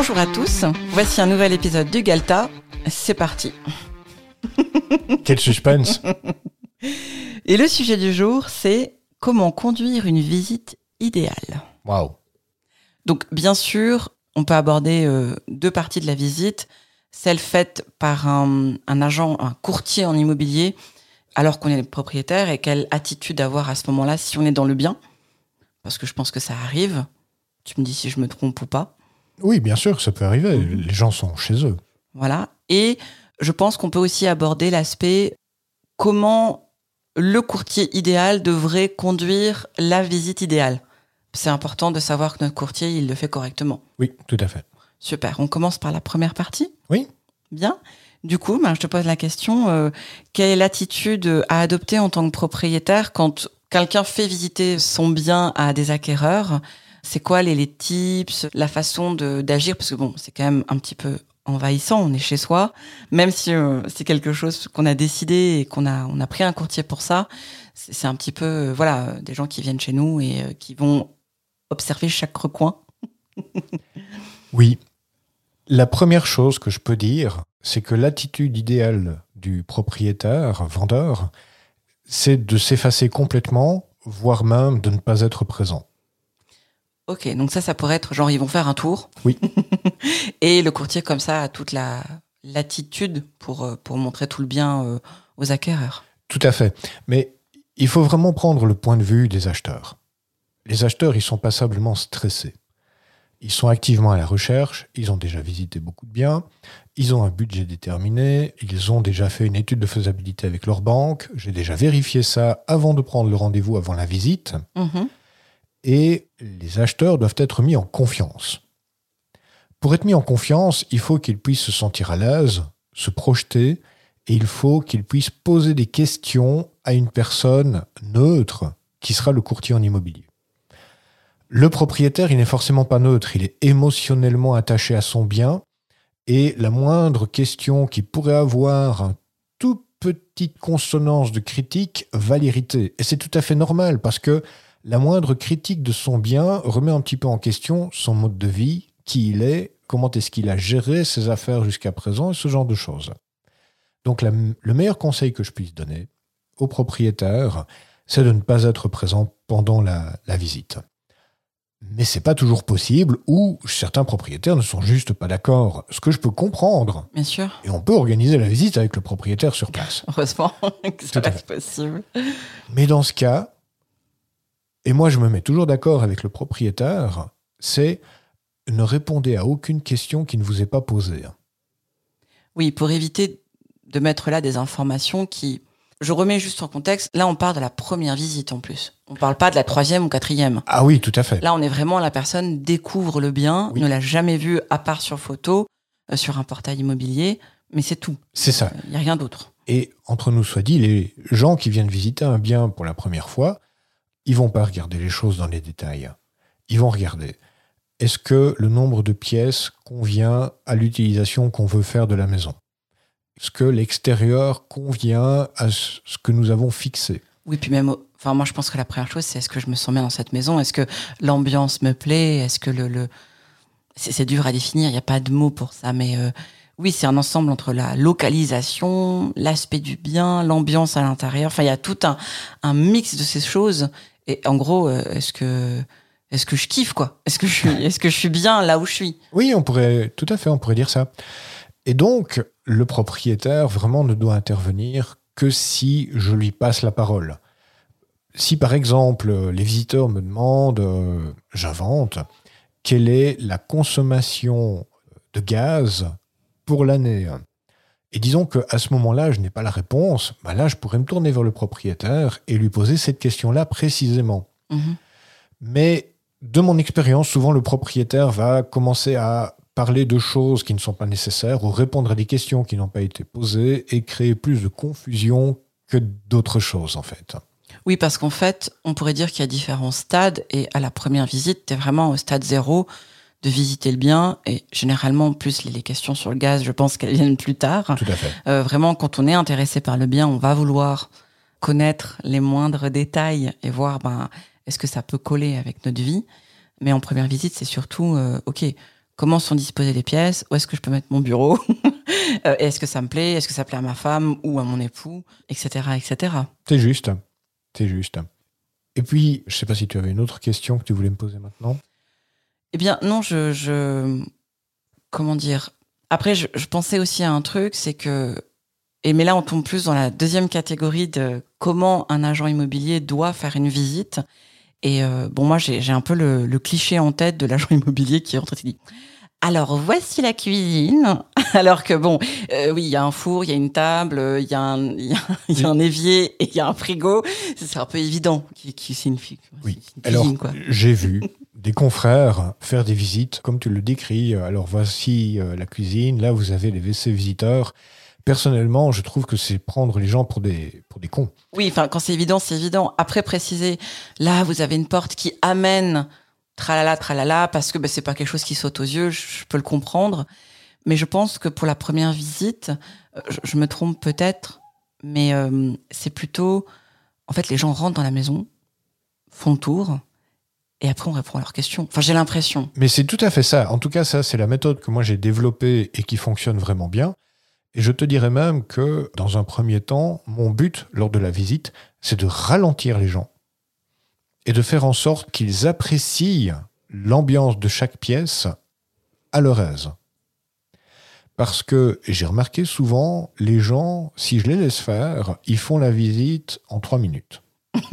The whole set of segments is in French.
Bonjour à tous, voici un nouvel épisode du Galta, c'est parti. Quel suspense. Et le sujet du jour, c'est comment conduire une visite idéale. Waouh. Donc bien sûr, on peut aborder deux parties de la visite, celle faite par un agent, un courtier en immobilier, alors qu'on est propriétaire, et quelle attitude avoir à ce moment-là si on est dans le bien, parce que je pense que ça arrive, tu me dis si je me trompe ou pas. Oui, bien sûr, ça peut arriver. Les gens sont chez eux. Voilà. Et je pense qu'on peut aussi aborder l'aspect comment le courtier idéal devrait conduire la visite idéale. C'est important de savoir que notre courtier, il le fait correctement. Oui, tout à fait. Super. On commence par la première partie ? Oui. Bien. Du coup, je te pose la question, quelle est l'attitude à adopter en tant que propriétaire quand quelqu'un fait visiter son bien à des acquéreurs ? C'est quoi les tips, la façon d'agir ? Parce que bon, c'est quand même un petit peu envahissant, on est chez soi. Même si c'est quelque chose qu'on a décidé et on a pris un courtier pour ça, c'est un petit peu, des gens qui viennent chez nous et qui vont observer chaque recoin. Oui. La première chose que je peux dire, c'est que l'attitude idéale du propriétaire, vendeur, c'est de s'effacer complètement, voire même de ne pas être présent. Ok, donc ça pourrait être genre ils vont faire un tour. Oui. Et le courtier comme ça a toute la latitude pour montrer tout le bien aux acquéreurs. Tout à fait. Mais il faut vraiment prendre le point de vue des acheteurs. Les acheteurs, ils sont passablement stressés. Ils sont activement à la recherche, ils ont déjà visité beaucoup de biens, ils ont un budget déterminé, ils ont déjà fait une étude de faisabilité avec leur banque, j'ai déjà vérifié ça avant de prendre le rendez-vous avant la visite. Mmh. Et les acheteurs doivent être mis en confiance. Pour être mis en confiance, il faut qu'ils puissent se sentir à l'aise, se projeter, et il faut qu'ils puissent poser des questions à une personne neutre qui sera le courtier en immobilier. Le propriétaire, il n'est forcément pas neutre, il est émotionnellement attaché à son bien, et la moindre question qui pourrait avoir une toute petite consonance de critique va l'irriter. Et c'est tout à fait normal, parce que la moindre critique de son bien remet un petit peu en question son mode de vie, qui il est, comment est-ce qu'il a géré ses affaires jusqu'à présent, et ce genre de choses. Donc le meilleur conseil que je puisse donner aux propriétaires, c'est de ne pas être présent pendant la visite. Mais c'est pas toujours possible, ou certains propriétaires ne sont juste pas d'accord. Ce que je peux comprendre. Bien sûr. Et on peut organiser la visite avec le propriétaire sur place. Heureusement que ça reste possible. Mais dans ce cas, et moi je me mets toujours d'accord avec le propriétaire, c'est ne répondez à aucune question qui ne vous est pas posée. Oui, pour éviter de mettre là des informations qui... Je remets juste en contexte, là on parle de la première visite en plus. On parle pas de la 3e ou 4e. Ah oui, tout à fait. Là on est vraiment, la personne découvre le bien, Oui. ne l'a jamais vu à part sur photo, sur un portail immobilier, mais c'est tout. C'est ça. Il n'y a rien d'autre. Et entre nous soit dit, les gens qui viennent visiter un bien pour la première fois, ils vont pas regarder les choses dans les détails. Ils vont regarder, est-ce que le nombre de pièces convient à l'utilisation qu'on veut faire de la maison ? Est-ce que l'extérieur convient à ce que nous avons fixé ? Oui, puis même, moi je pense que la première chose, c'est est-ce que je me sens bien dans cette maison ? Est-ce que l'ambiance me plaît ? Est-ce que c'est dur à définir, il n'y a pas de mots pour ça, mais oui, c'est un ensemble entre la localisation, l'aspect du bien, l'ambiance à l'intérieur. Enfin, il y a tout un mix de ces choses. Et en gros, est-ce que je kiffe, quoi ? Est-ce que je suis bien là où je suis ? Oui, on pourrait dire ça. Et donc, le propriétaire vraiment ne doit intervenir que si je lui passe la parole. Si par exemple, les visiteurs me demandent, j'invente, quelle est la consommation de gaz pour l'année ? Et disons qu'à ce moment-là, je n'ai pas la réponse, là, je pourrais me tourner vers le propriétaire et lui poser cette question-là précisément. Mmh. Mais de mon expérience, souvent le propriétaire va commencer à parler de choses qui ne sont pas nécessaires ou répondre à des questions qui n'ont pas été posées et créer plus de confusion que d'autres choses, en fait. Oui, parce qu'en fait, on pourrait dire qu'il y a différents stades et à la première visite, tu es vraiment au stade 0 de visiter le bien et généralement, en plus, les questions sur le gaz, je pense qu'elles viennent plus tard. Tout à fait. Vraiment, quand on est intéressé par le bien, on va vouloir connaître les moindres détails et voir est-ce que ça peut coller avec notre vie. Mais en première visite, c'est surtout, OK, comment sont disposées les pièces, où est-ce que je peux mettre mon bureau, est-ce que ça me plaît, est-ce que ça plaît à ma femme ou à mon époux, etc., etc. C'est juste. Et puis, je ne sais pas si tu avais une autre question que tu voulais me poser maintenant. Eh bien, non, comment dire ? Après, je pensais aussi à un truc, c'est que... Mais là, on tombe plus dans la deuxième catégorie de comment un agent immobilier doit faire une visite. Et moi, j'ai un peu le cliché en tête de l'agent immobilier qui rentre et qui dit « Alors, voici la cuisine !» Alors que oui, il y a un four, il y a une table, il y a un évier et il y a un frigo. C'est un peu évident c'est une cuisine. Alors, quoi. J'ai vu des confrères faire des visites, comme tu le décris. Alors, voici la cuisine, là, vous avez les WC visiteurs. Personnellement, je trouve que c'est prendre les gens pour des cons. Oui, enfin, quand c'est évident, c'est évident. Après, préciser, là, vous avez une porte qui amène tralala, parce que c'est pas quelque chose qui saute aux yeux, je peux le comprendre. Mais je pense que pour la première visite, je me trompe peut-être, mais c'est plutôt... En fait, les gens rentrent dans la maison, font le tour, et après, on répond à leurs questions. Enfin, j'ai l'impression. Mais c'est tout à fait ça. En tout cas, ça, c'est la méthode que moi, j'ai développée et qui fonctionne vraiment bien. Et je te dirais même que, dans un premier temps, mon but, lors de la visite, c'est de ralentir les gens et de faire en sorte qu'ils apprécient l'ambiance de chaque pièce à leur aise. Parce que j'ai remarqué souvent, les gens, si je les laisse faire, ils font la visite en 3 minutes.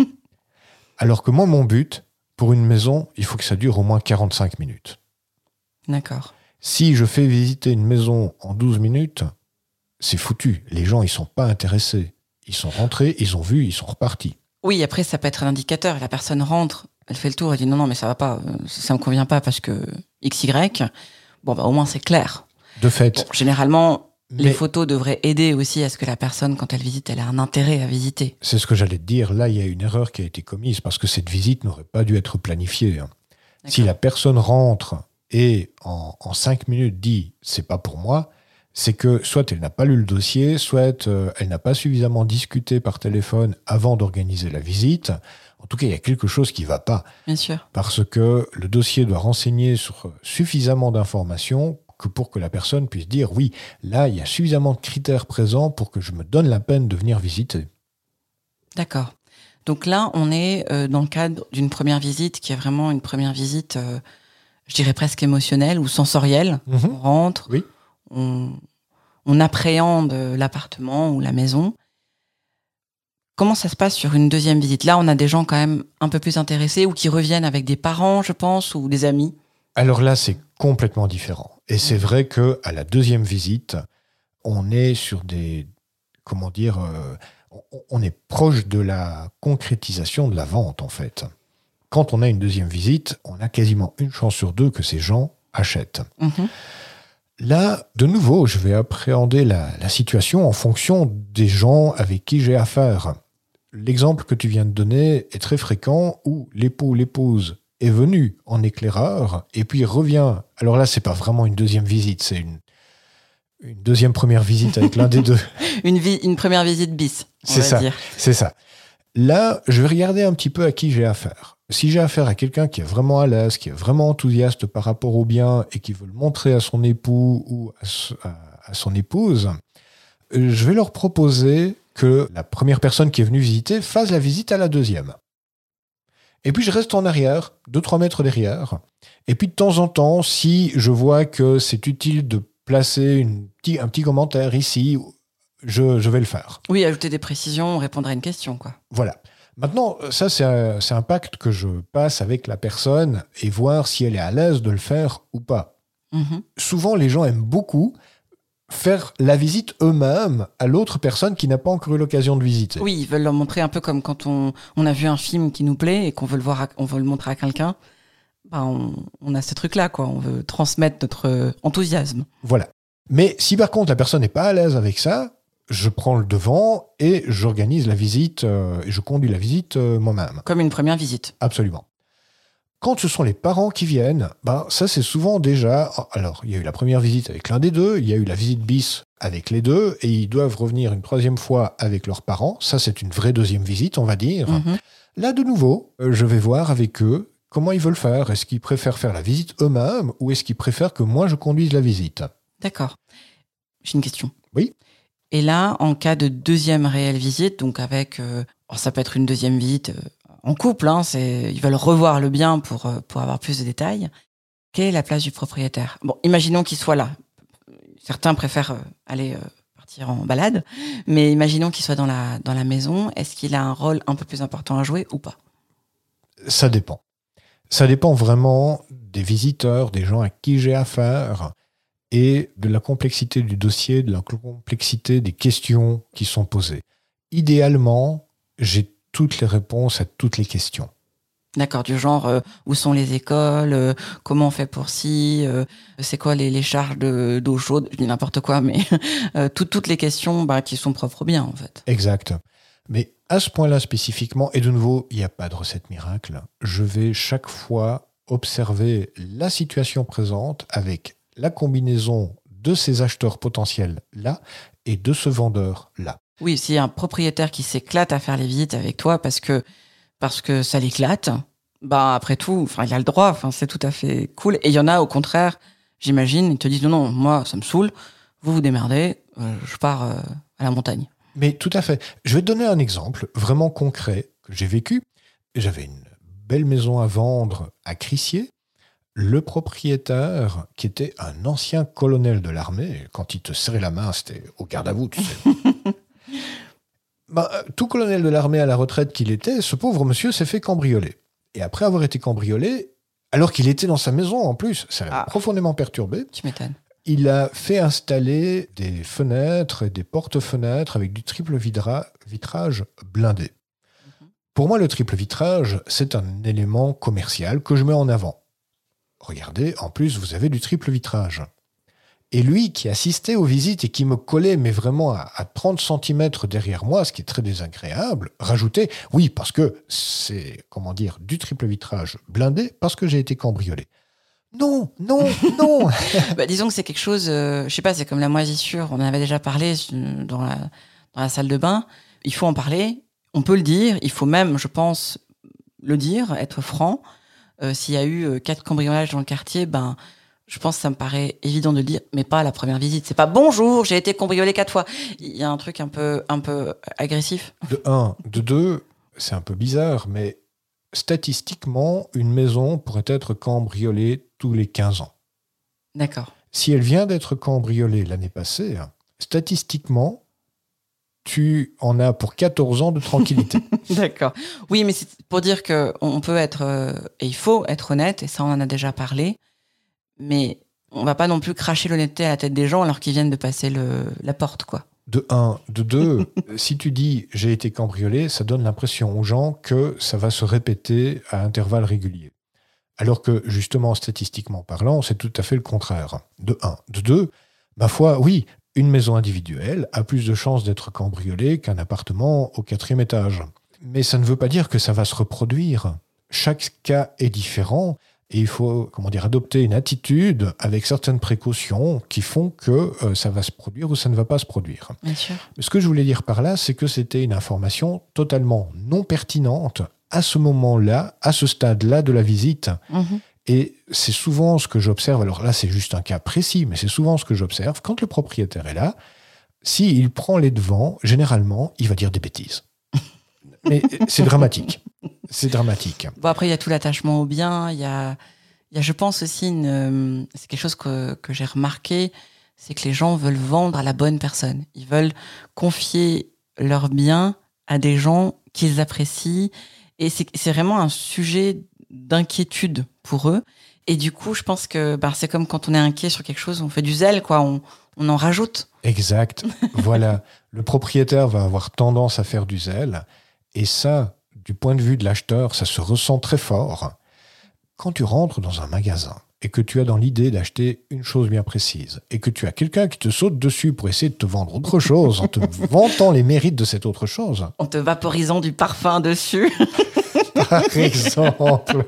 Alors que moi, mon but, pour une maison, il faut que ça dure au moins 45 minutes. D'accord. Si je fais visiter une maison en 12 minutes, c'est foutu. Les gens, ils sont pas intéressés. Ils sont rentrés, ils ont vu, ils sont repartis. Oui, après, ça peut être un indicateur. La personne rentre, elle fait le tour, elle dit non, mais ça va pas, ça me convient pas parce que XY. Bon, au moins, c'est clair. De fait. Bon, généralement, les photos devraient aider aussi à ce que la personne, quand elle visite, elle a un intérêt à visiter. C'est ce que j'allais te dire. Là, il y a une erreur qui a été commise parce que cette visite n'aurait pas dû être planifiée. Si la personne rentre et en 5 minutes dit « c'est pas pour moi », c'est que soit elle n'a pas lu le dossier, soit elle n'a pas suffisamment discuté par téléphone avant d'organiser la visite. En tout cas, il y a quelque chose qui ne va pas. Bien sûr. Parce que le dossier doit renseigner sur suffisamment d'informations que pour que la personne puisse dire « oui, là, il y a suffisamment de critères présents pour que je me donne la peine de venir visiter ». D'accord. Donc là, on est dans le cadre d'une première visite qui est vraiment une première visite, je dirais presque émotionnelle ou sensorielle. Mm-hmm. On rentre, oui. On appréhende l'appartement ou la maison. Comment ça se passe sur une deuxième visite ? Là, on a des gens quand même un peu plus intéressés ou qui reviennent avec des parents, je pense, ou des amis. Alors là, c'est complètement différent. Et c'est vrai qu'à la deuxième visite, on est sur des... Comment dire on est proche de la concrétisation de la vente, en fait. Quand on a une deuxième visite, on a quasiment une chance sur 2 que ces gens achètent. Mm-hmm. Là, de nouveau, je vais appréhender la situation en fonction des gens avec qui j'ai affaire. L'exemple que tu viens de donner est très fréquent où l'époux ou l'épouse est venu en éclaireur et puis revient. Alors là, c'est pas vraiment une deuxième visite, c'est une deuxième première visite avec l'un des deux. Une première visite bis, on va dire. C'est ça. Là, je vais regarder un petit peu à qui j'ai affaire. Si j'ai affaire à quelqu'un qui est vraiment à l'aise, qui est vraiment enthousiaste par rapport au bien et qui veut le montrer à son époux ou à son épouse, je vais leur proposer que la première personne qui est venue visiter fasse la visite à la deuxième. Et puis je reste en arrière, 2-3 mètres derrière. Et puis de temps en temps, si je vois que c'est utile de placer un petit commentaire ici, je vais le faire. Oui, ajouter des précisions, répondre à une question, quoi. Voilà. Maintenant, ça, c'est un pacte que je passe avec la personne et voir si elle est à l'aise de le faire ou pas. Mm-hmm. Souvent, les gens aiment beaucoup faire la visite eux-mêmes à l'autre personne qui n'a pas encore eu l'occasion de visiter. Oui, ils veulent leur montrer un peu comme quand on a vu un film qui nous plaît et qu'on veut on veut le montrer à quelqu'un. On a ce truc-là, quoi. On veut transmettre notre enthousiasme. Voilà. Mais si par contre la personne n'est pas à l'aise avec ça, je prends le devant et j'organise la visite et je conduis la visite moi-même. Comme une première visite. Absolument. Quand ce sont les parents qui viennent, ça c'est souvent déjà... Alors, il y a eu la première visite avec l'un des deux, il y a eu la visite bis avec les deux, et ils doivent revenir une troisième fois avec leurs parents. Ça, c'est une vraie deuxième visite, on va dire. Mm-hmm. Là, de nouveau, je vais voir avec eux comment ils veulent faire. Est-ce qu'ils préfèrent faire la visite eux-mêmes ou est-ce qu'ils préfèrent que moi je conduise la visite? D'accord. J'ai une question. Oui. Et là, en cas de deuxième réelle visite, donc avec, ça peut être une deuxième visite en couple, hein, ils veulent revoir le bien pour avoir plus de détails. Quelle est la place du propriétaire? Bon, imaginons qu'il soit là. Certains préfèrent aller partir en balade, mais imaginons qu'il soit dans la maison. Est-ce qu'il a un rôle un peu plus important à jouer ou pas? Ça dépend. Ça dépend vraiment des visiteurs, des gens à qui j'ai affaire et de la complexité du dossier, de la complexité des questions qui sont posées. Idéalement, j'ai toutes les réponses à toutes les questions. D'accord, du genre, où sont les écoles, comment on fait pour ci, c'est quoi les charges d'eau chaude, je dis n'importe quoi, mais toutes les questions qui sont propres au bien, en fait. Exact. Mais à ce point-là spécifiquement, et de nouveau, il n'y a pas de recette miracle, je vais chaque fois observer la situation présente avec la combinaison de ces acheteurs potentiels-là et de ce vendeur-là. Oui, s'il y a un propriétaire qui s'éclate à faire les visites avec toi parce que ça l'éclate, après tout, il a le droit, c'est tout à fait cool. Et il y en a, au contraire, j'imagine, ils te disent non, moi, ça me saoule, vous vous démerdez, je pars à la montagne. Mais tout à fait. Je vais te donner un exemple vraiment concret que j'ai vécu. J'avais une belle maison à vendre à Crissier. Le propriétaire, qui était un ancien colonel de l'armée, quand il te serrait la main, c'était au garde à vous, tu sais. Tout colonel de l'armée à la retraite qu'il était, ce pauvre monsieur s'est fait cambrioler. Et après avoir été cambriolé, alors qu'il était dans sa maison en plus, ça l'a profondément perturbé. Tu m'étonnes. Il a fait installer des fenêtres et des porte-fenêtres avec du triple vitrage blindé. Pour moi, le triple vitrage, c'est un élément commercial que je mets en avant. Regardez, en plus, vous avez du triple vitrage. Et lui, qui assistait aux visites et qui me collait, mais vraiment à 30 cm derrière moi, ce qui est très désagréable, rajoutait, oui, parce que c'est, du triple vitrage blindé, parce que j'ai été cambriolé. Non. Disons que c'est quelque chose, je sais pas, c'est comme la moisissure, on en avait déjà parlé dans la salle de bain. Il faut en parler, on peut le dire, il faut même, je pense, le dire, être franc. S'il y a eu 4 cambriolages dans le quartier, je pense que ça me paraît évident de le dire, mais pas à la première visite. C'est pas bonjour, j'ai été cambriolé 4 fois. Il y a un truc un peu agressif. De 1. De 2, c'est un peu bizarre, mais statistiquement, une maison pourrait être cambriolée tous les 15 ans. D'accord. Si elle vient d'être cambriolée l'année passée, statistiquement, tu en as pour 14 ans de tranquillité. D'accord. Oui, mais c'est pour dire qu'on peut être, et il faut être honnête, et ça on en a déjà parlé, mais on va pas non plus cracher l'honnêteté à la tête des gens alors qu'ils viennent de passer la porte, quoi. De 1. De 2, si tu dis « j'ai été cambriolé », ça donne l'impression aux gens que ça va se répéter à intervalles réguliers. Alors que, justement, statistiquement parlant, c'est tout à fait le contraire. De 1. De 2, ma foi, oui, une maison individuelle a plus de chances d'être cambriolée qu'un appartement au 4e étage. Mais ça ne veut pas dire que ça va se reproduire. Chaque cas est différent. Et il faut adopter une attitude avec certaines précautions qui font que ça va se produire ou ça ne va pas se produire. Bien sûr. Ce que je voulais dire par là, c'est que c'était une information totalement non pertinente à ce moment-là, à ce stade-là de la visite. Et c'est souvent ce que j'observe, alors là c'est juste un cas précis, mais c'est souvent ce que j'observe, quand le propriétaire est là, s'il prend les devants, généralement, il va dire des bêtises. Mais c'est dramatique. C'est dramatique. Bon, après, il y a tout l'attachement au bien. Il y a, je pense aussi, c'est quelque chose que j'ai remarqué, c'est que les gens veulent vendre à la bonne personne. Ils veulent confier leurs biens à des gens qu'ils apprécient. Et c'est vraiment un sujet d'inquiétude pour eux. Et du coup, je pense que c'est comme quand on est inquiet sur quelque chose, on fait du zèle, quoi. On en rajoute. Exact. Voilà. Le propriétaire va avoir tendance à faire du zèle. Et ça, du point de vue de l'acheteur, ça se ressent très fort. Quand tu rentres dans un magasin et que tu as dans l'idée d'acheter une chose bien précise et que tu as quelqu'un qui te saute dessus pour essayer de te vendre autre chose en te vantant les mérites de cette autre chose. En te vaporisant du parfum dessus. Par exemple.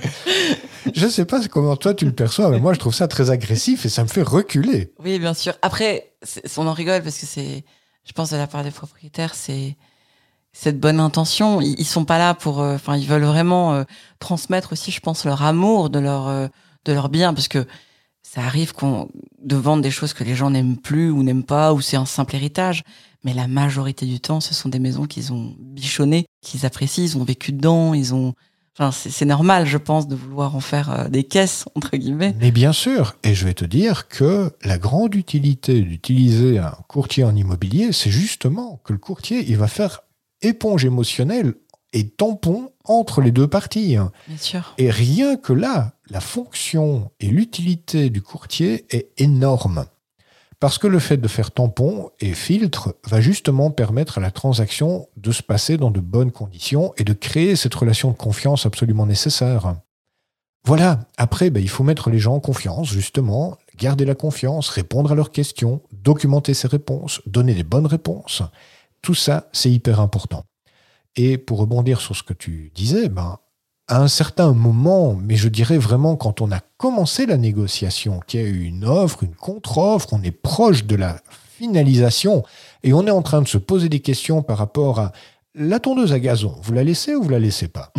Je ne sais pas comment toi tu le perçois, mais moi je trouve ça très agressif et ça me fait reculer. Oui, bien sûr. Après, on en rigole parce que je pense de la part des propriétaires, c'est cette bonne intention. Ils sont pas là pour... ils veulent vraiment transmettre aussi, je pense, leur amour de leur bien, parce que ça arrive de vendre des choses que les gens n'aiment plus ou n'aiment pas, ou c'est un simple héritage. Mais la majorité du temps, ce sont des maisons qu'ils ont bichonnées, qu'ils apprécient, ils ont vécu dedans, c'est normal, je pense, de vouloir en faire des caisses, entre guillemets. Mais bien sûr, et je vais te dire que la grande utilité d'utiliser un courtier en immobilier, c'est justement que le courtier, il va faire éponge émotionnelle et tampon entre les deux parties. Bien sûr. Et rien que là, la fonction et l'utilité du courtier est énorme. Parce que le fait de faire tampon et filtre va justement permettre à la transaction de se passer dans de bonnes conditions et de créer cette relation de confiance absolument nécessaire. Voilà, après, il faut mettre les gens en confiance, justement, garder la confiance, répondre à leurs questions, documenter ses réponses, donner les bonnes réponses. Tout ça, c'est hyper important. Et pour rebondir sur ce que tu disais, à un certain moment, mais je dirais vraiment quand on a commencé la négociation, qu'il y a eu une offre, une contre-offre, on est proche de la finalisation et on est en train de se poser des questions par rapport à la tondeuse à gazon. Vous la laissez ou vous la laissez pas?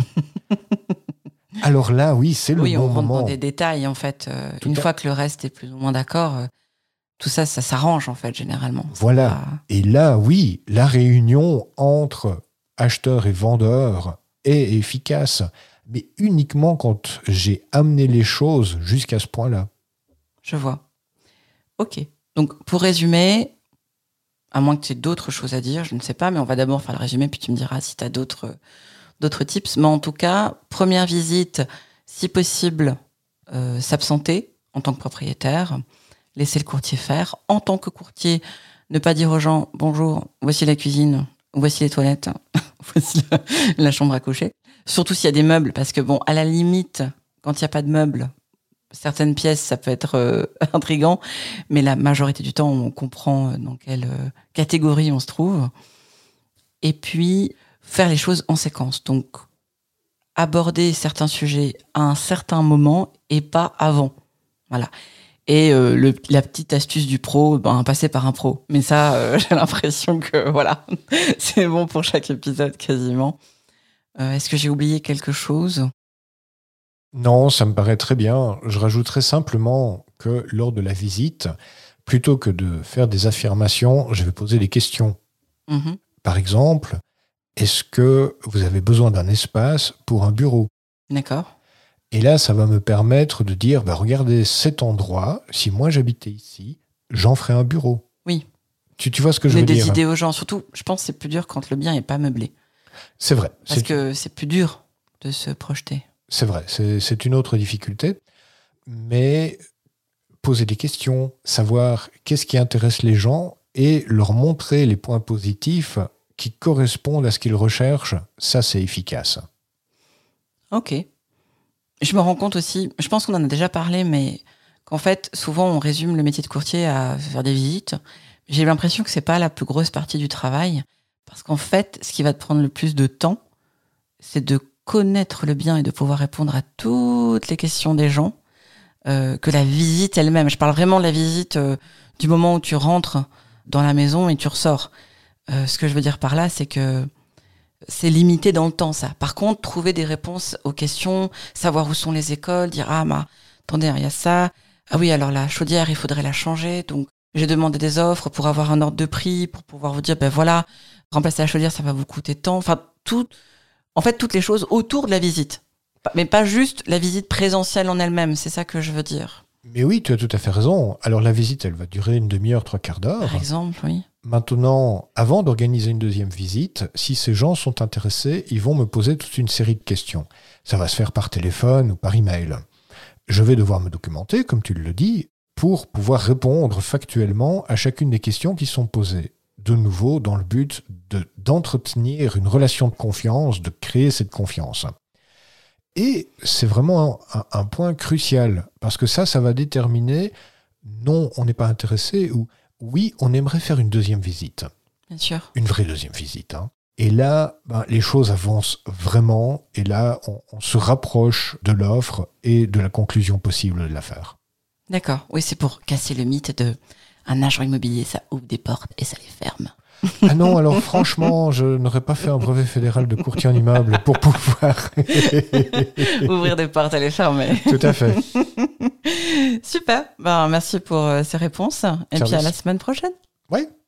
Alors là, oui, c'est le bon moment. Oui, on rentre dans des détails, en fait. Une fois que le reste est plus ou moins d'accord, tout ça, ça s'arrange, en fait, généralement. Voilà. Et là, oui, la réunion entre acheteurs et vendeurs est efficace, mais uniquement quand j'ai amené les choses jusqu'à ce point-là. Je vois. Ok. Donc, pour résumer, à moins que tu aies d'autres choses à dire, je ne sais pas, mais on va d'abord faire le résumé, puis tu me diras si tu as d'autres tips. Mais en tout cas, première visite, si possible, s'absenter en tant que propriétaire, laisser le courtier faire. En tant que courtier, ne pas dire aux gens « Bonjour, voici la cuisine, voici les toilettes, voici la chambre à coucher ». Surtout s'il y a des meubles, parce que à la limite, quand il n'y a pas de meubles, certaines pièces, ça peut être intriguant, mais la majorité du temps, on comprend dans quelle catégorie on se trouve. Et puis, faire les choses en séquence. Donc, aborder certains sujets à un certain moment et pas avant. Voilà. Et la petite astuce du pro, passer par un pro. Mais ça, j'ai l'impression que, c'est bon pour chaque épisode quasiment. Est-ce que j'ai oublié quelque chose ? Non, ça me paraît très bien. Je rajouterais simplement que lors de la visite, plutôt que de faire des affirmations, je vais poser des questions. Mm-hmm. Par exemple, est-ce que vous avez besoin d'un espace pour un bureau ? D'accord. Et là, ça va me permettre de dire, regardez cet endroit, si moi j'habitais ici, j'en ferais un bureau. Oui. Tu vois ce que je veux dire ? Donner des idées aux gens. Surtout, je pense que c'est plus dur quand le bien n'est pas meublé. C'est vrai. Parce que c'est plus dur de se projeter. C'est vrai, c'est une autre difficulté. Mais poser des questions, savoir qu'est-ce qui intéresse les gens et leur montrer les points positifs qui correspondent à ce qu'ils recherchent, ça c'est efficace. Ok. Je me rends compte aussi, je pense qu'on en a déjà parlé, mais qu'en fait, souvent on résume le métier de courtier à faire des visites. J'ai l'impression que c'est pas la plus grosse partie du travail. Parce qu'en fait, ce qui va te prendre le plus de temps, c'est de connaître le bien et de pouvoir répondre à toutes les questions des gens que la visite elle-même. Je parle vraiment de la visite du moment où tu rentres dans la maison et tu ressors. Ce que je veux dire par là, c'est que c'est limité dans le temps, ça. Par contre, trouver des réponses aux questions, savoir où sont les écoles, dire « Ah, attendez, il y a ça. Ah oui, alors la chaudière, il faudrait la changer. » Donc, j'ai demandé des offres pour avoir un ordre de prix, pour pouvoir vous dire « voilà, remplacer la chaudière, ça va vous coûter tant. » Enfin, toutes les choses autour de la visite. Mais pas juste la visite présentielle en elle-même, c'est ça que je veux dire. Mais oui, tu as tout à fait raison. Alors la visite, elle va durer une demi-heure, 3/4 d'heure. Par exemple, oui. Maintenant, avant d'organiser une deuxième visite, si ces gens sont intéressés, ils vont me poser toute une série de questions. Ça va se faire par téléphone ou par email. Je vais devoir me documenter, comme tu le dis, pour pouvoir répondre factuellement à chacune des questions qui sont posées. De nouveau, dans le but d'entretenir une relation de confiance, de créer cette confiance. Et c'est vraiment un point crucial, parce que ça va déterminer non, on n'est pas intéressé, ou oui, on aimerait faire une deuxième visite. Bien sûr. Une vraie deuxième visite. Et là, les choses avancent vraiment, et là, on se rapproche de l'offre et de la conclusion possible de l'affaire. D'accord. Oui, c'est pour casser le mythe de un agent immobilier, ça ouvre des portes et ça les ferme. Ah non, alors franchement, je n'aurais pas fait un brevet fédéral de courtier en immeuble pour pouvoir ouvrir des portes et les fermer. Tout à fait. Super. Ben, merci pour ces réponses. Et puis à la semaine prochaine. Oui.